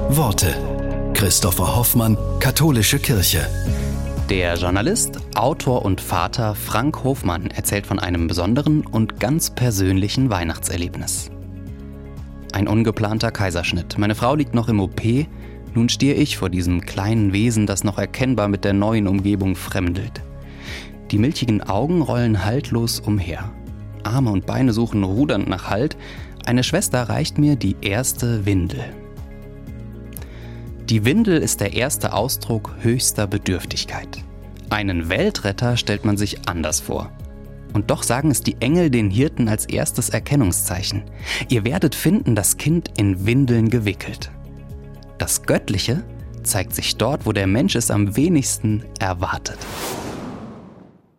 Worte. Christopher Hoffmann, Katholische Kirche. Der Journalist, Autor und Vater Frank Hofmann erzählt von einem besonderen und ganz persönlichen Weihnachtserlebnis. Ein ungeplanter Kaiserschnitt. Meine Frau liegt noch im OP. Nun stehe ich vor diesem kleinen Wesen, das noch erkennbar mit der neuen Umgebung fremdelt. Die milchigen Augen rollen haltlos umher. Arme und Beine suchen rudernd nach Halt. Eine Schwester reicht mir die erste Windel. Die Windel ist der erste Ausdruck höchster Bedürftigkeit. Einen Weltretter stellt man sich anders vor. Und doch sagen es die Engel den Hirten als erstes Erkennungszeichen. Ihr werdet finden, das Kind in Windeln gewickelt. Das Göttliche zeigt sich dort, wo der Mensch es am wenigsten erwartet.